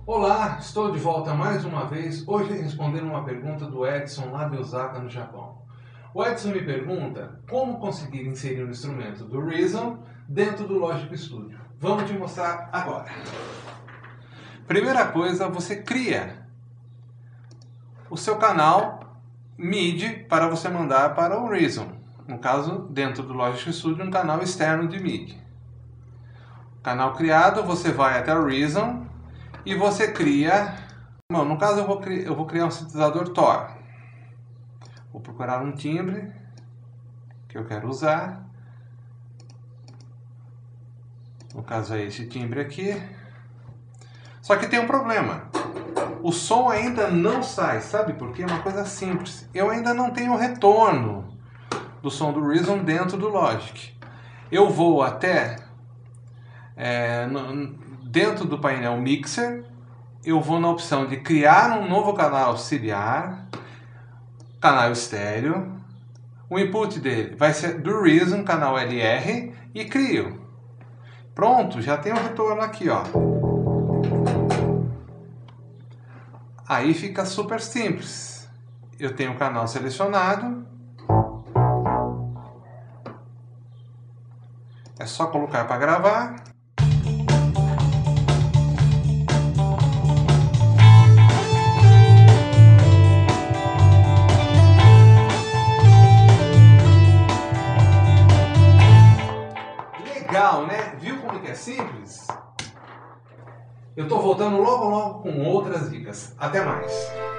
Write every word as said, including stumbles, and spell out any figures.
Olá, estou de volta mais uma vez, hoje respondendo uma pergunta do Edson lá de Osaka, no Japão. O Edson me pergunta como conseguir inserir o instrumento do Reason dentro do Logic Studio. Vamos te mostrar agora. Primeira coisa, você cria o seu canal M I D I para você mandar para o Reason. No caso, dentro do Logic Studio, um canal externo de M I D I. Canal criado, você vai até o Reason e você cria... Bom, no caso eu vou, cri... eu vou criar um sintetizador T O R. Vou procurar um timbre que eu quero usar. No caso é esse timbre aqui. Só que tem um problema. O som ainda não sai, sabe por quê? É uma coisa simples. Eu ainda não tenho retorno do som do Reason dentro do Logic. Eu vou até... É, no, dentro do painel Mixer, eu vou na opção de criar um novo canal auxiliar, canal estéreo. O input dele vai ser do Reason, canal L R, e crio. Pronto, já tem o retorno aqui, ó. Aí fica super simples. Eu tenho o canal selecionado. É só colocar para gravar. Legal, né? Viu como que é simples? Eu tô voltando logo logo com outras dicas. Até mais!